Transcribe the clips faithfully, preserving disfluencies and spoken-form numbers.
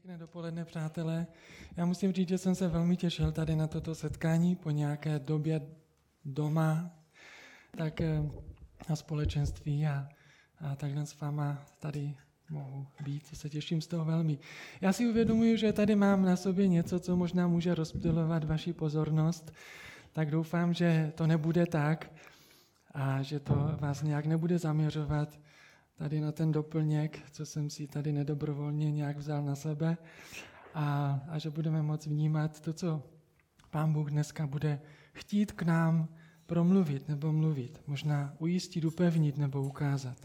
Pěkné dopoledne, přátelé. Já musím říct, že jsem se velmi těšil tady na toto setkání po nějaké době doma, tak na společenství a, a takhle s váma tady mohu být, co se těším z toho velmi. Já si uvědomuji, že tady mám na sobě něco, co možná může rozptylovat vaši pozornost, tak doufám, že to nebude tak a že to vás nějak nebude zaměřovat tady na ten doplněk, co jsem si tady nedobrovolně nějak vzal na sebe a, a že budeme moct vnímat to, co Pán Bůh dneska bude chtít k nám promluvit nebo mluvit, možná ujistit, upevnit nebo ukázat.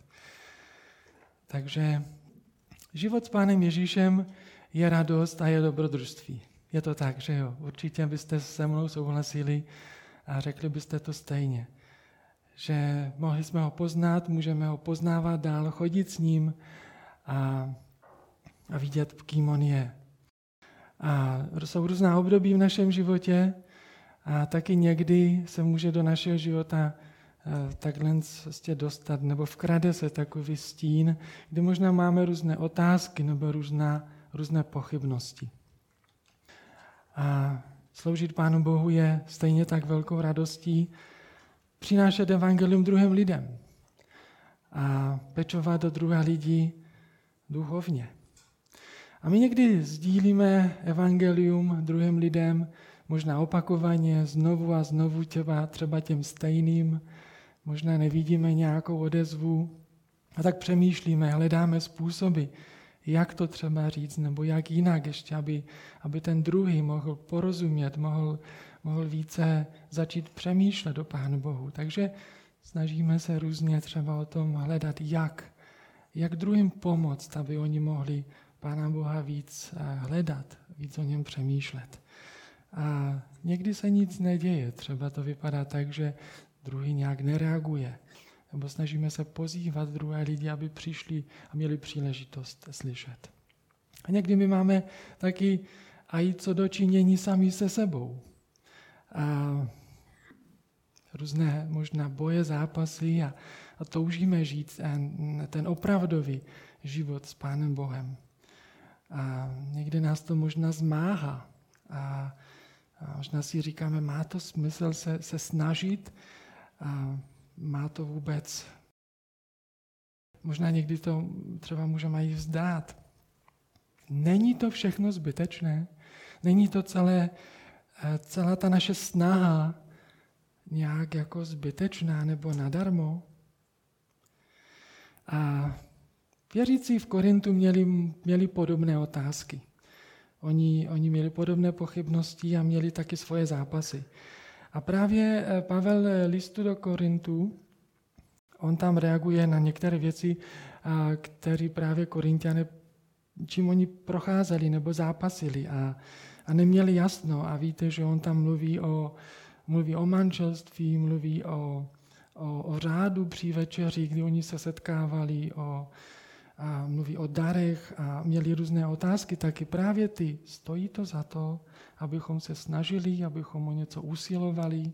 Takže život s Pánem Ježíšem je radost a je dobrodružství. Je to tak, že jo? Určitě byste se mnou souhlasili a řekli byste to stejně. Že mohli jsme ho poznat, můžeme ho poznávat dál, chodit s ním a, a vidět, kým on je. A jsou různá období v našem životě a taky někdy se může do našeho života takhle prostě dostat, nebo vkrade se takový stín, kdy možná máme různé otázky nebo různá, různé pochybnosti. A sloužit Pánu Bohu je stejně tak velkou radostí, přinášet evangelium druhým lidem a pečovat do druhých lidí duchovně. A my někdy sdílíme evangelium druhým lidem, možná opakovaně, znovu a znovu třeba, třeba těm stejným, možná nevidíme nějakou odezvu a tak přemýšlíme, hledáme způsoby, jak to třeba říct, nebo jak jinak ještě, aby, aby ten druhý mohl porozumět, mohl mohl více začít přemýšlet o Pánu Bohu. Takže snažíme se různě třeba o tom hledat, jak, jak druhým pomoct, aby oni mohli Pána Boha víc hledat, víc o něm přemýšlet. A někdy se nic neděje, třeba to vypadá tak, že druhý nějak nereaguje, nebo snažíme se pozývat druhé lidi, aby přišli a měli příležitost slyšet. A někdy my máme taky i co do činění sami se sebou. A různé možná boje, zápasy a, a toužíme žít ten opravdový život s Pánem Bohem. A někdy nás to možná zmáhá a, a možná si říkáme, má to smysl se, se snažit a má to vůbec. Možná někdy to třeba můžeme i vzdát. Není to všechno zbytečné? Není to celé celá ta naše snaha nějak jako zbytečná nebo nadarmo? A věřící v Korintu měli, měli podobné otázky. Oni, oni měli podobné pochybnosti a měli taky svoje zápasy. A právě Pavel listu do Korintu, on tam reaguje na některé věci, které právě Korinťané, čím oni procházeli nebo zápasili a A neměli jasno a víte, že on tam mluví o, mluví o manželství, mluví o, o, o řádu při večeři, kdy oni se setkávali, o, a mluví o darech a měli různé otázky, taky právě ty. Stojí to za to, abychom se snažili, abychom o něco usilovali.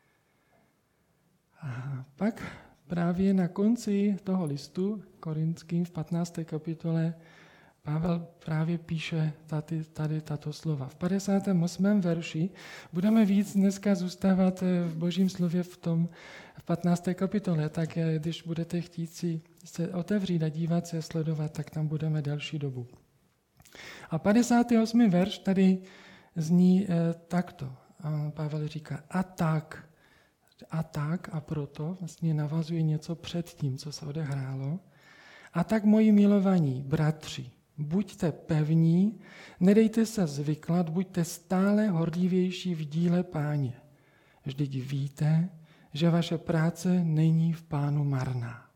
A pak právě na konci toho listu korinským v patnácté kapitole Pavel právě píše tady, tady tato slova. V padesátém osmém verši budeme víc dneska zůstávat v Božím slově v tom v patnácté kapitole, tak když budete chtít si se otevřít a dívat se, sledovat, tak tam budeme delší dobu. A padesátý osmý verš tady zní eh, takto. A Pavel říká, a tak, a tak, a proto vlastně navazuje něco před tím, co se odehrálo. A tak, moji milovaní bratři, buďte pevní, nedejte se zvyklat, buďte stále horlivější v díle Páně. Vždyť víte, že vaše práce není v Pánu marná.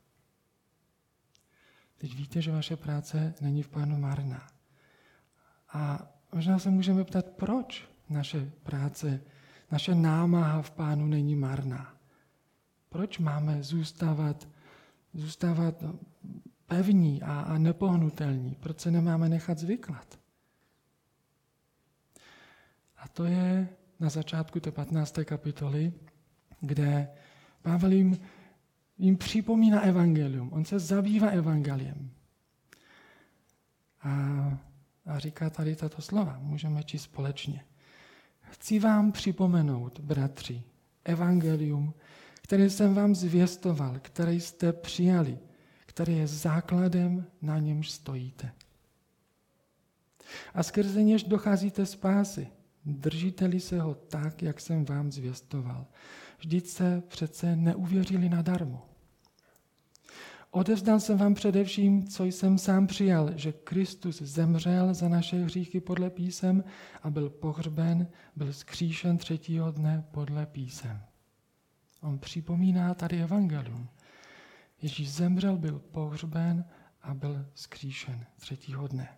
Teď víte, že vaše práce není v Pánu marná. A možná se můžeme ptát, proč naše práce, naše námaha v Pánu není marná. Proč máme zůstávat, zůstávat pevní a, a nepohnutelní. Proč se nemáme nechat zvyklat? A to je na začátku té patnácté kapitoly, kde Pavel jim, jim připomíná evangelium. On se zabývá evangeliem. A, a říká tady tato slova. Můžeme číst společně. Chci vám připomenout, bratři, evangelium, které jsem vám zvěstoval, které jste přijali, které je základem, na němž stojíte. A skrze něž docházíte spásy, držíte-li se ho tak, jak jsem vám zvěstoval. Vždyť se přece neuvěřili nadarmo. Odevzdal jsem vám především, co jsem sám přijal, že Kristus zemřel za naše hříchy podle písem a byl pohřben, byl vzkříšen třetího dne podle písem. On připomíná tady evangelium. Ježíš zemřel, byl pohřben a byl vzkříšen třetího dne.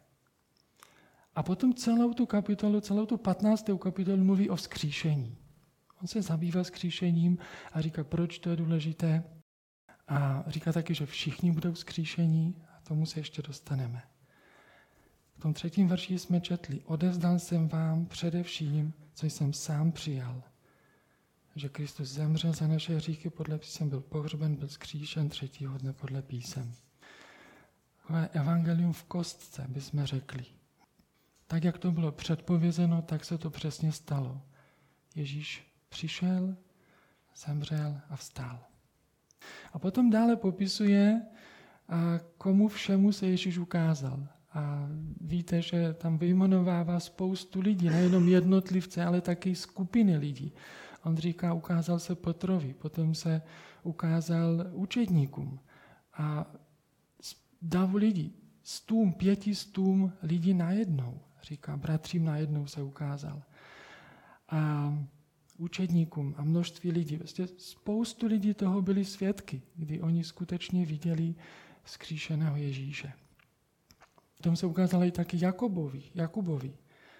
A potom celou tu kapitolu, celou tu patnáctou kapitolu mluví o vzkříšení. On se zabývá vzkříšením a říká, proč to je důležité. A říká taky, že všichni budou vzkříšení a tomu se ještě dostaneme. V tom třetím verši jsme četli, odevzdal jsem vám především, co jsem sám přijal. Že Kristus zemřel za naše hříchy podle písem, byl pohřben, byl vzkříšen třetího dne podle písem. Evangelium v kostce bychom řekli. Tak, jak to bylo předpovězeno, tak se to přesně stalo. Ježíš přišel, zemřel a vstal. A potom dále popisuje, komu všemu se Ježíš ukázal. A víte, že tam vyjmenovává spoustu lidí, nejenom jednotlivce, ale taky skupiny lidí. On říká, ukázal se Petrovi, potom se ukázal učedníkům. A davu lidí, stům, pěti stům lidí najednou. Říká, bratřím najednou se ukázal. A učedníkům a množství lidí. Vlastně spoustu lidí toho byli svědky, kdy oni skutečně viděli vzkříšeného Ježíše. Potom se ukázalo i taky Jakobovi, Jakubovi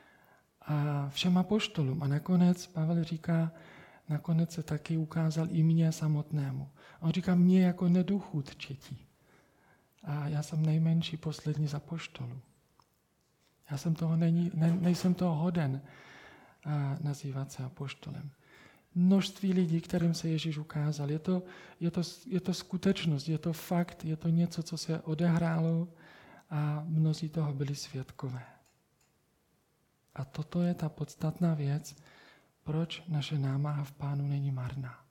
a všem apoštolům. A nakonec Pavel říká, nakonec se taky ukázal i mně samotnému. On říká, mě jako neduchůdčetí. A já jsem nejmenší poslední z apoštolů. Já jsem toho není, ne, nejsem toho hoden a nazývat se apoštolem. Množství lidí, kterým se Ježíš ukázal. Je to, je, to, je to skutečnost, je to fakt, je to něco, co se odehrálo a mnozí toho byli svědkové. A toto je ta podstatná věc, proč naše námaha v Pánu není marná.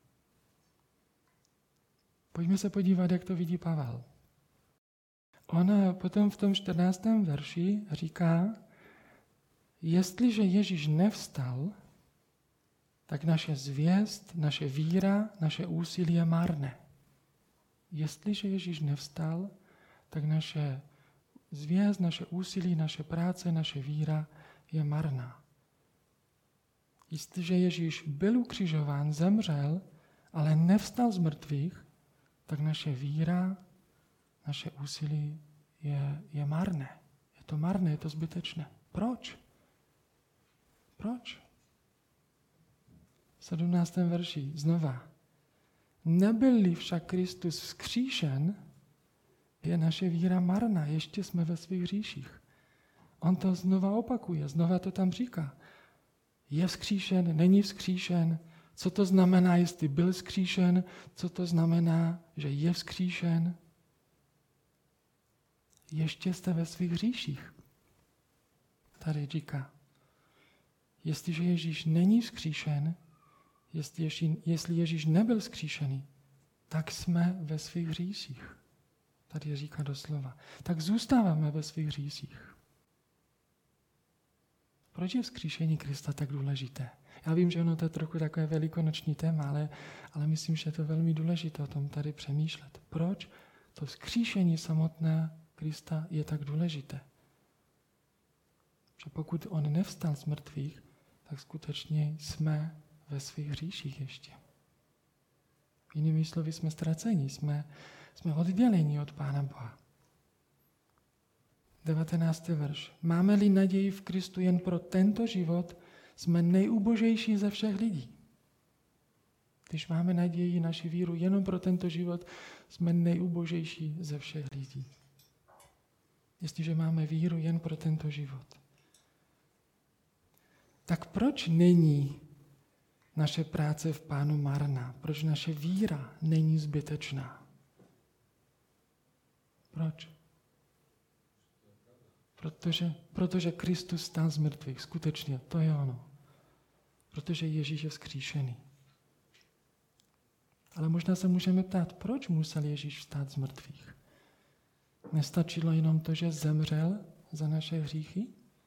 Pojďme se podívat, jak to vidí Pavel. On potom v tom čtrnáctém verši říká, jestliže Ježíš nevstal, tak naše zvěst, naše víra, naše úsilí je marné. Jestliže Ježíš nevstal, tak naše zvěst, naše úsilí, naše práce, naše víra je marná. Jestliže Ježíš byl ukřižován, zemřel, ale nevstal z mrtvých, tak naše víra, naše úsilí je, je marné. Je to marné, je to zbytečné. Proč? Proč? V sedmnáctém verši znova. Nebyl-li však Kristus vzkříšen, je naše víra marná, ještě jsme ve svých hříších. On to znova opakuje, znova to tam říká. Je vzkříšen, není vzkříšen, co to znamená, jestli byl vzkříšen, co to znamená, že je vzkříšen. Ještě jste ve svých hříších. Tady říká, jestliže Ježíš není vzkříšen, jestli Ježíš, jestli Ježíš nebyl vzkříšený, tak jsme ve svých hříších. Tady říká doslova. Tak zůstáváme ve svých hříších. Proč je vzkříšení Krista tak důležité? Já vím, že ono to je trochu takové velikonoční téma, ale, ale myslím, že je to velmi důležité o tom tady přemýšlet. Proč to vzkříšení samotné Krista je tak důležité? Že pokud on nevstal z mrtvých, tak skutečně jsme ve svých hříších ještě. Jinými slovy jsme ztraceni, jsme, jsme odděleni od Pána Boha. devatenáctý verš. Máme-li naději v Kristu jen pro tento život, jsme nejubožejší ze všech lidí. Když máme naději, naši víru jenom pro tento život, jsme nejubožejší ze všech lidí. Jestliže máme víru jen pro tento život. Tak proč není naše práce v Pánu marná? Proč naše víra není zbytečná? Proč? Protože, protože Kristus stál z mrtvých. Skutečně, to je ono. Protože Ježíš je vzkříšený. Ale možná se můžeme ptát, proč musel Ježíš vstát z mrtvých? Nestačilo jenom to, že zemřel za naše hříchy?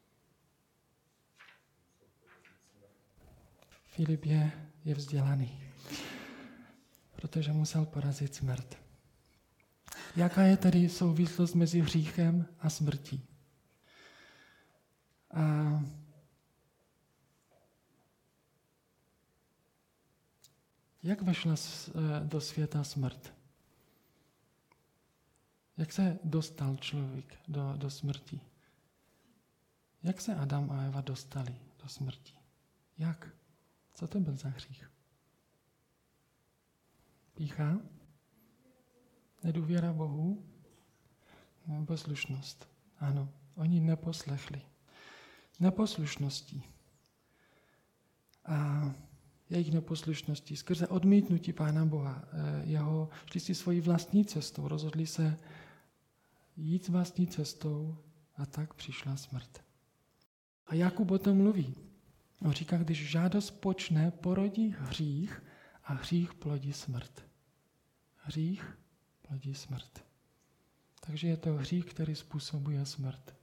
Filip je, je vzdělaný, protože musel porazit smrt. Jaká je tedy souvislost mezi hříchem a smrtí? A jak vešla do světa smrt? Jak se dostal člověk do, do smrti? Jak se Adam a Eva dostali do smrti? Jak? Co to byl za hřích? Pýcha? Nedůvěra Bohu? Neposlušnost. Ano, oni neposlechli. Neposlušností. A jejich neposlušností skrze odmítnutí Pána Boha, jeho, šli si svojí vlastní cestou, rozhodli se jít vlastní cestou a tak přišla smrt. A Jakub o tom mluví. On říká, když žádost počne, porodí hřích a hřích plodí smrt. Hřích plodí smrt. Takže je to hřích, který způsobuje smrt.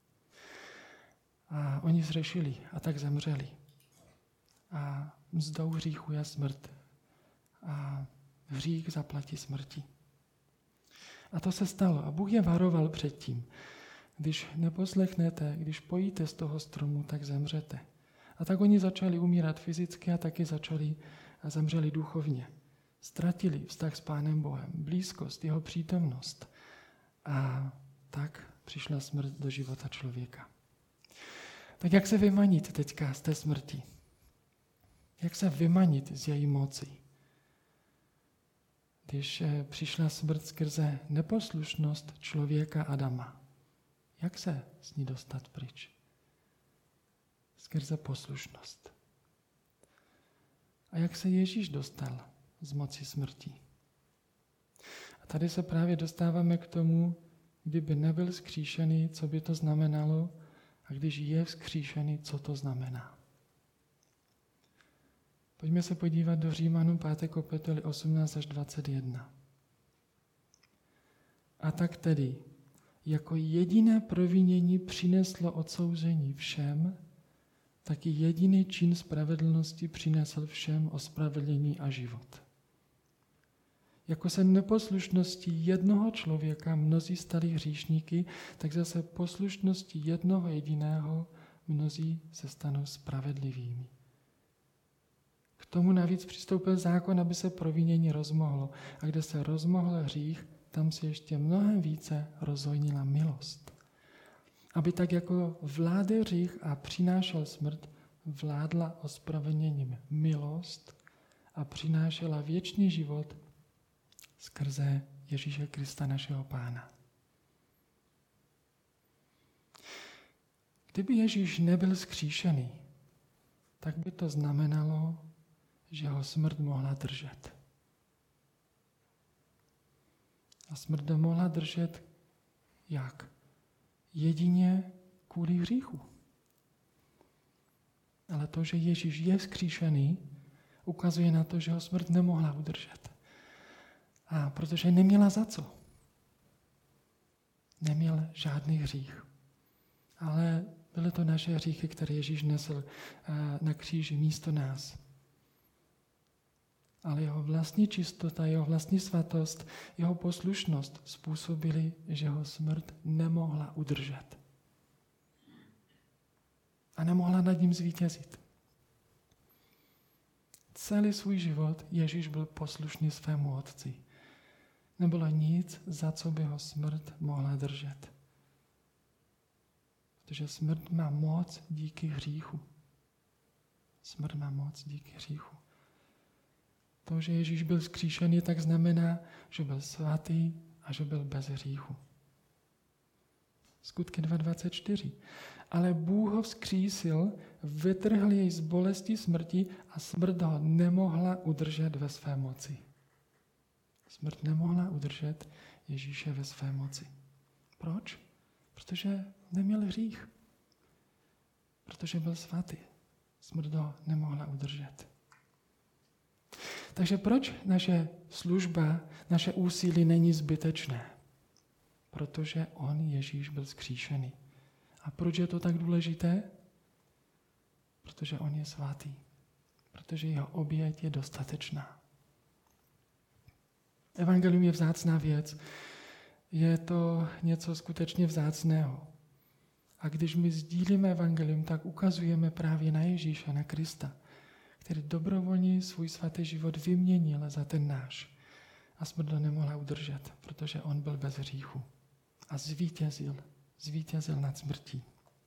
A oni zřešili a tak zemřeli. A mzdou hříchu je smrt. A hřích zaplatí smrti. A to se stalo. A Bůh je varoval před tím. Když neposlechnete, když pojíte z toho stromu, tak zemřete. A tak oni začali umírat fyzicky a taky začali a zemřeli duchovně. Ztratili vztah s Pánem Bohem, blízkost, jeho přítomnost. A tak přišla smrt do života člověka. Tak jak se vymanit teďka z té smrti? Jak se vymanit z její moci? Když přišla smrt skrze neposlušnost člověka Adama, jak se s ní dostat pryč? Skrze poslušnost. A jak se Ježíš dostal z moci smrti? A tady se právě dostáváme k tomu, kdyby nebyl vzkříšený, co by to znamenalo, a když je vzkříšený, co to znamená. Pojďme se podívat do Římanům páté kapitoly osmnáct až dvacet jedna. A tak tedy, jako jediné provinění přineslo odsouzení všem, taky jediný čin spravedlnosti přinesl všem ospravedlnění a život. Jako se neposlušností jednoho člověka mnozí stali hříšníky, tak zase poslušností jednoho jediného mnozí se stanou spravedlivými. K tomu navíc přistoupil zákon, aby se provinění rozmohlo. A kde se rozmohl hřích, tam se ještě mnohem více rozhojnila milost. Aby tak jako vládl hřích a přinášel smrt, vládla ospravedlněním milost a přinášela věčný život skrze Ježíše Krista, našeho Pána. Kdyby Ježíš nebyl vzkříšený, tak by to znamenalo, že ho smrt mohla držet. A smrt ho mohla držet jak? Jedině kvůli hříchu. Ale to, že Ježíš je vzkříšený, ukazuje na to, že ho smrt nemohla udržet. A protože neměla za co. Neměl žádný hřích. Ale byly to naše hříchy, které Ježíš nesl na kříži místo nás. Ale jeho vlastní čistota, jeho vlastní svatost, jeho poslušnost způsobili, že ho smrt nemohla udržet. A nemohla nad ním zvítězit. Celý svůj život Ježíš byl poslušný svému otci. Nebylo nic, za co by ho smrt mohla držet. Protože smrt má moc díky hříchu. Smrt má moc díky hříchu. To, že Ježíš byl vzkříšený, tak znamená, že byl svatý a že byl bez hříchu. Skutky dva dvacet čtyři. Ale Bůh ho vzkřísil, vytrhl jej z bolesti smrti a smrt ho nemohla udržet ve své moci. Smrt nemohla udržet Ježíše ve své moci. Proč? Protože Neměl hřích, protože byl svatý. Smrt ho nemohla udržet. Takže proč naše služba, naše úsilí není zbytečné? Protože on, Ježíš, byl vzkříšený. A proč je to tak důležité? Protože on je svatý. Protože jeho oběť je dostatečná. Evangelium je vzácná věc. Je to něco skutečně vzácného. A když my sdílíme evangelium, tak ukazujeme právě na Ježíše, na Krista, který dobrovolně svůj svatý život vyměnil za ten náš. A smrt ho nemohla udržet, protože on byl bez hříchu. A zvítězil. Zvítězil nad smrtí.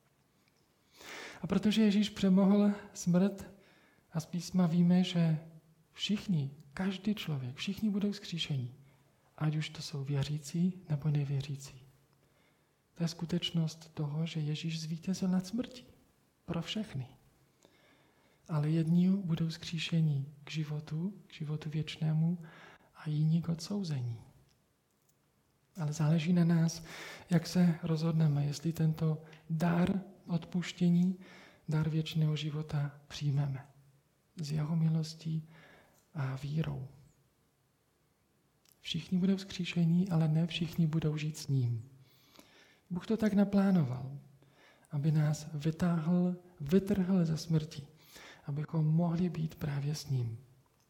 A protože Ježíš přemohl smrt, a z písma víme, že všichni, každý člověk, všichni budou vzkříšení. Ať už to jsou věřící nebo nevěřící. To je skutečnost toho, že Ježíš zvítězil nad smrtí. Pro všechny. Ale jedni budou vzkříšení k životu, k životu věčnému a jiní k odsouzení. Ale záleží na nás, jak se rozhodneme, jestli tento dar odpuštění, dar věčného života přijmeme. S jeho milostí a vírou. Všichni budou vzkříšení, ale ne všichni budou žít s ním. Bůh to tak naplánoval, aby nás vytáhl, vytrhl ze smrti, abychom mohli být právě s ním.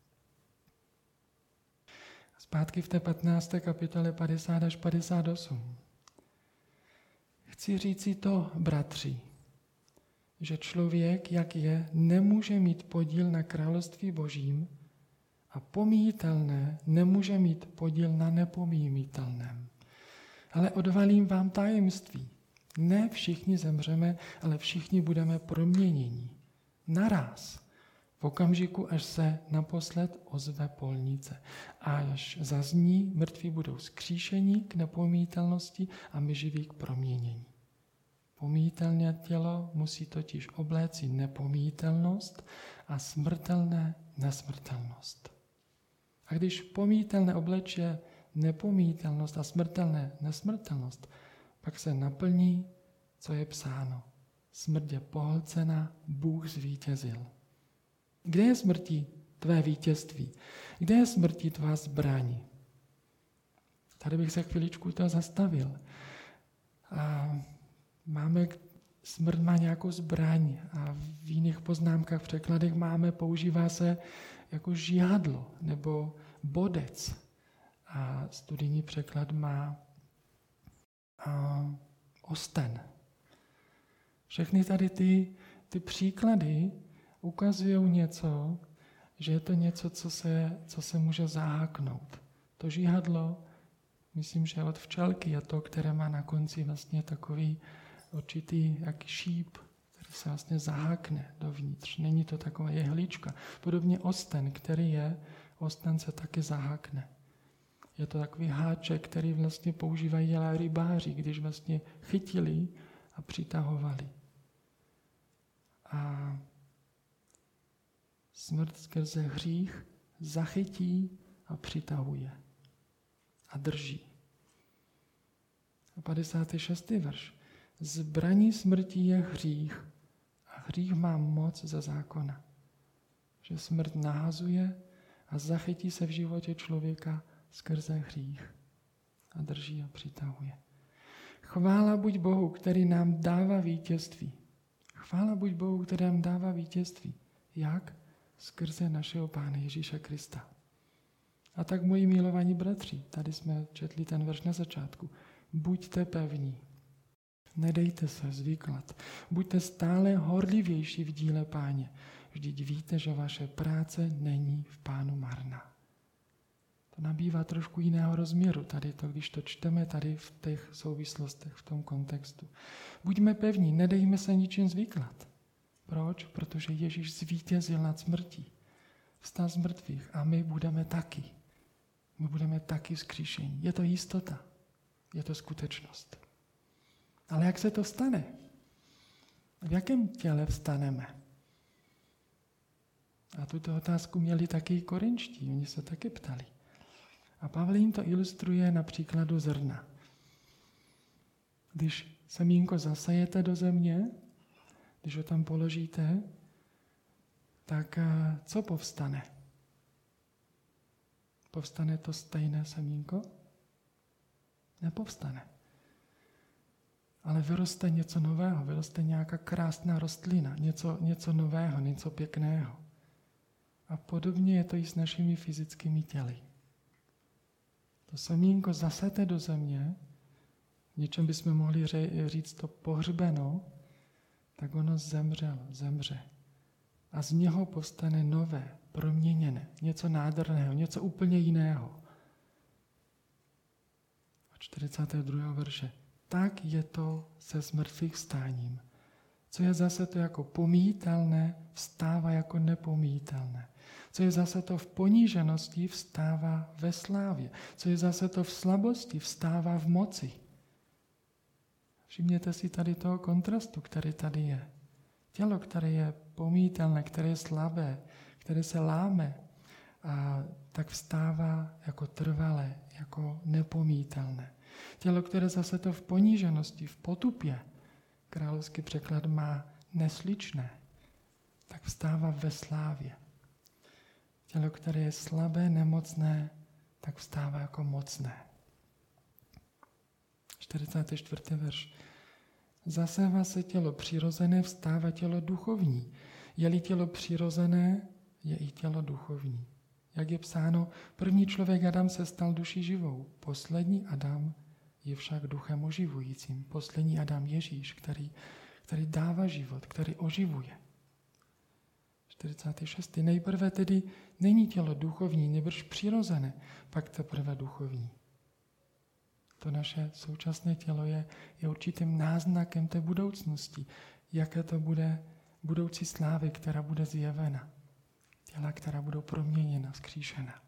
Zpátky v té patnácté kapitole padesát až padesát osm. Chci říci to, bratři, že člověk, jak je, nemůže mít podíl na království Božím a pomíjitelné nemůže mít podíl na nepomíjitelném. Ale odvalím vám tajemství. Ne všichni zemřeme, ale všichni budeme proměněni. Naráz. V okamžiku, až se naposled ozve polnice. A až zazní, mrtví budou vzkříšeni k nepomíjitelnosti a my živí k proměnění. Pomíjitelné tělo musí totiž obléci nepomíjitelnost a smrtelné nesmrtelnost. A když pomíjitelné obleče nepomíjitelnost a smrtelné nesmrtelnost, pak se naplní, co je psáno. Smrt je pohlcena, Bůh zvítězil. Kde je smrti tvé vítězství? Kde je smrti tvá zbraň? Tady bych se chviličku to zastavil. A máme, smrt má nějakou zbraň a v jiných poznámkách, v překladech máme, používá se jako žihadlo nebo bodec. A studijní překlad má a, osten. Všechny tady ty, ty příklady ukazují něco, že je to něco, co se, co se může zaháknout. To žihadlo, myslím, že od včelky je to, které má na konci vlastně takový určitý jak šíp, který se vlastně zahákne dovnitř. Není to taková jehlička. Podobně osten, který je, osten se taky zahákne. Je to takový háček, který vlastně používají rybáři, když vlastně chytili a přitahovali. A smrt skrze hřích zachytí a přitahuje. A drží. A padesátý šestý verš. Zbraní smrti je hřích a hřích má moc za zákona. Že smrt nahazuje a zachytí se v životě člověka skrze hřích a drží a přitahuje. Chvála buď Bohu, který nám dává vítězství. Chvála buď Bohu, který nám dává vítězství. Jak? Skrze našeho Pána Ježíše Krista. A tak, moji milovaní bratři, tady jsme četli ten verš na začátku. Buďte pevní. Nedejte se zvyklat. Buďte stále horlivější v díle Páně. Vždyť víte, že vaše práce není v Pánu marná. To nabývá trošku jiného rozměru tady to, když to čteme tady v těch souvislostech, v tom kontextu. Buďme pevní, nedejme se ničím zvyklat. Proč? Protože Ježíš zvítězil nad smrtí. Vstal z mrtvých a my budeme taky. My budeme taky vzkříšení. Je to jistota. Je to skutečnost. Ale jak se to stane? V jakém těle vstaneme? A tuto otázku měli taky korinští. Oni se taky ptali. A Pavel jim to ilustruje na příkladu zrna. Když semínko zasejete do země, když ho tam položíte, tak co povstane? Povstane to stejné semínko? Nepovstane. Ale vyroste něco nového, vyroste nějaká krásná rostlina, něco, něco nového, něco pěkného. A podobně je to i s našimi fyzickými těly. To semínko zasete do země, v něčem bychom mohli říct to pohřbeno, tak ono zemřelo, zemře. A z něho povstane nové, proměněné, něco nádherného, něco úplně jiného. A čtyřicátého druhého verše. Tak je to se zmrtvých vstáním. Co je zase to jako pomítelné, vstává jako nepomítelné. Co je zase to v poníženosti, vstává ve slávě. Co je zase to v slabosti, vstává v moci. Všimněte si tady toho kontrastu, který tady je. Tělo, které je pomítelné, které je slabé, které se láme, a tak vstává jako trvalé, jako nepomítelné. Tělo, které zase to v poníženosti, v potupě, královský překlad má nesličné, tak vstává ve slávě. Tělo, které je slabé, nemocné, tak vstává jako mocné. čtyřicátý čtvrtý verš. Zasává se tělo přirozené, vstává tělo duchovní. Je-li tělo přirozené, je i tělo duchovní. Jak je psáno, první člověk Adam se stal duší živou, poslední Adam je však duchem oživujícím. Poslední Adam Ježíš, který, který dává život, který oživuje. čtyřicátý šestý Nejprve tedy není tělo duchovní, nebož přirozené, pak teprve duchovní. To naše současné tělo je, je určitým náznakem té budoucnosti, jaké to bude budoucí slávy, která bude zjevena. Těla, která budou proměněna, vzkříšena.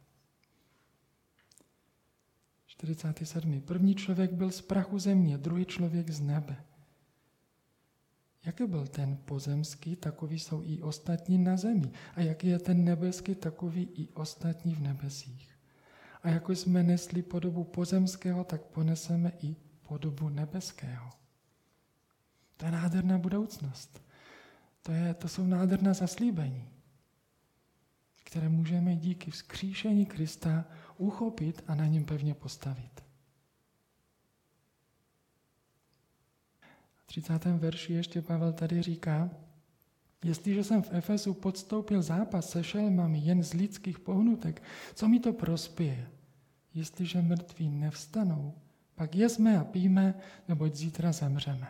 čtyřicátý sedmý První člověk byl z prachu země, druhý člověk z nebe. Jaký byl ten pozemský, takový jsou i ostatní na zemi. A jaký je ten nebeský, takový i ostatní v nebesích. A jako jsme nesli podobu pozemského, tak poneseme i podobu nebeského. To je nádherná budoucnost. To, je, to jsou nádherná zaslíbení, které můžeme díky vzkříšení Krista uchopit a na něm pevně postavit. V třicátém verši ještě Pavel tady říká, jestliže jsem v Efesu podstoupil zápas se šelmami jen z lidských pohnutek, co mi to prospěje? Jestliže mrtví nevstanou, pak jezme a pijme, neboť zítra zemřeme.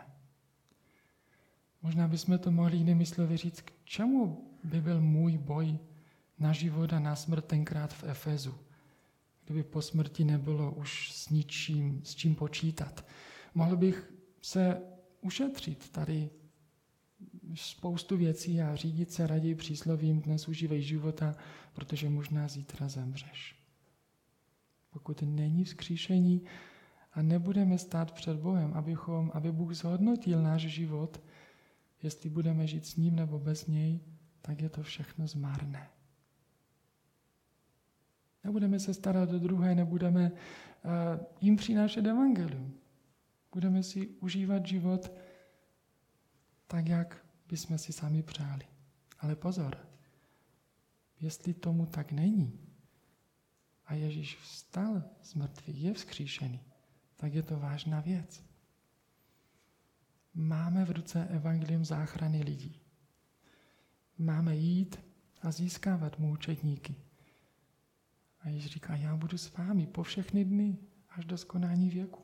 Možná bychom to mohli jinými slovy říct, k čemu by byl můj boj na život a na smrt tenkrát v Efezu, kdyby po smrti nebylo už s ničím, s čím počítat. Mohl bych se ušetřit tady spoustu věcí a řídit se raději příslovím dnes užívej života, protože možná zítra zemřeš. Pokud není vzkříšení a nebudeme stát před Bohem, abychom, aby Bůh zhodnotil náš život, jestli budeme žít s ním nebo bez něj, tak je to všechno zmarné. Nebudeme se starat o druhé, nebudeme uh, jim přinášet evangelium. Budeme si užívat život tak, jak bychom si sami přáli. Ale pozor, jestli tomu tak není a Ježíš vstal z mrtvých, je vzkříšený, tak je to vážná věc. Máme v ruce evangelium záchrany lidí. Máme jít a získávat mučedníky. A Ježíš říká, já budu s vámi po všechny dny, až do skonání věku.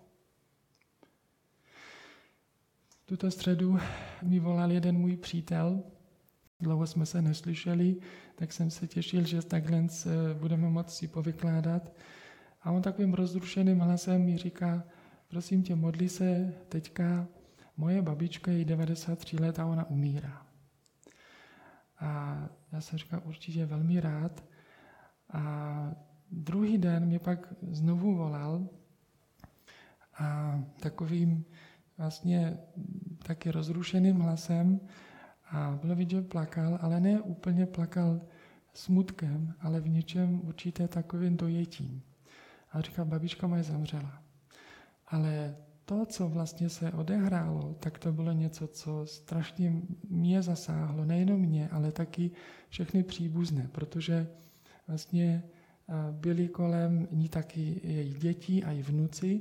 Tuto středu mi volal jeden můj přítel, dlouho jsme se neslyšeli, tak jsem se těšil, že takhle budeme moci si povykládat. A on takovým rozrušeným hlasem mi říká, prosím tě, modli se teďka, moje babička je devadesát tři let a ona umírá. A já jsem říkal, určitě velmi rád. A druhý den mě pak znovu volal a takovým vlastně taky rozrušeným hlasem a bylo vidět, že plakal, ale ne úplně plakal smutkem, ale v něčem určitě takovým dojetím. A říkal, babička moje zemřela. Ale to, co vlastně se odehrálo, tak to bylo něco, co strašně mě zasáhlo, nejenom mě, ale taky všechny příbuzné, protože vlastně byli kolem ní taky její děti a i vnuci.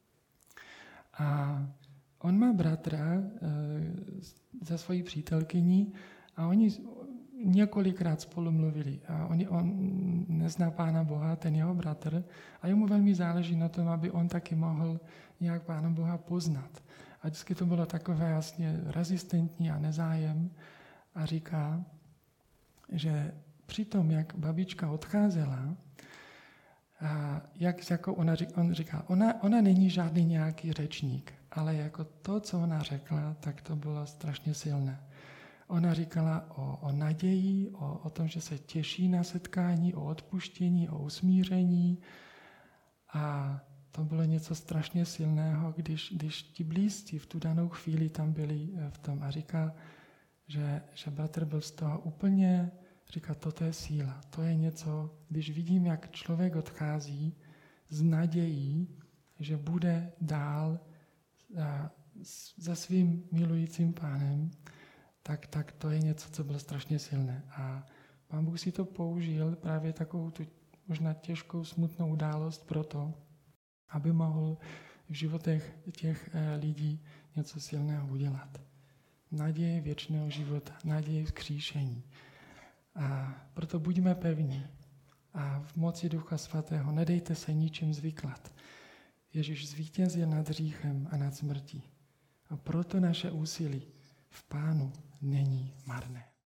A on má bratra za svojí přítelkyní a oni několikrát spolu mluvili. A on, on nezná Pána Boha, ten jeho bratr, a jemu velmi záleží na tom, aby on taky mohl nějak Pána Boha poznat. A vždycky to bylo takové jasně rezistentní a nezájem. A říká, že při tom, jak babička odcházela, a jak jako ona, on říká, ona, ona není žádný nějaký řečník, ale jako to, co ona řekla, tak to bylo strašně silné. Ona říkala o, o naději, o, o tom, že se těší na setkání, o odpuštění, o usmíření. A to bylo něco strašně silného, když, když ti blízcí v tu danou chvíli tam byli v tom. A říká, že, že bratr byl z toho úplně, říká, toto je síla. To je něco, když vidím, jak člověk odchází s nadějí, že bude dál za svým milujícím Pánem, tak, tak to je něco, co bylo strašně silné. A Pán Bůh si to použil, právě takovou tu možná těžkou, smutnou událost pro to, aby mohl v životech těch lidí něco silného udělat. Naděje věčného života, naděje vzkříšení. A proto buďme pevní a v moci Ducha Svatého nedejte se ničím zvyklat. Ježíš zvítězil nad hříchem a nad smrtí. A proto naše úsilí v Pánu není marné.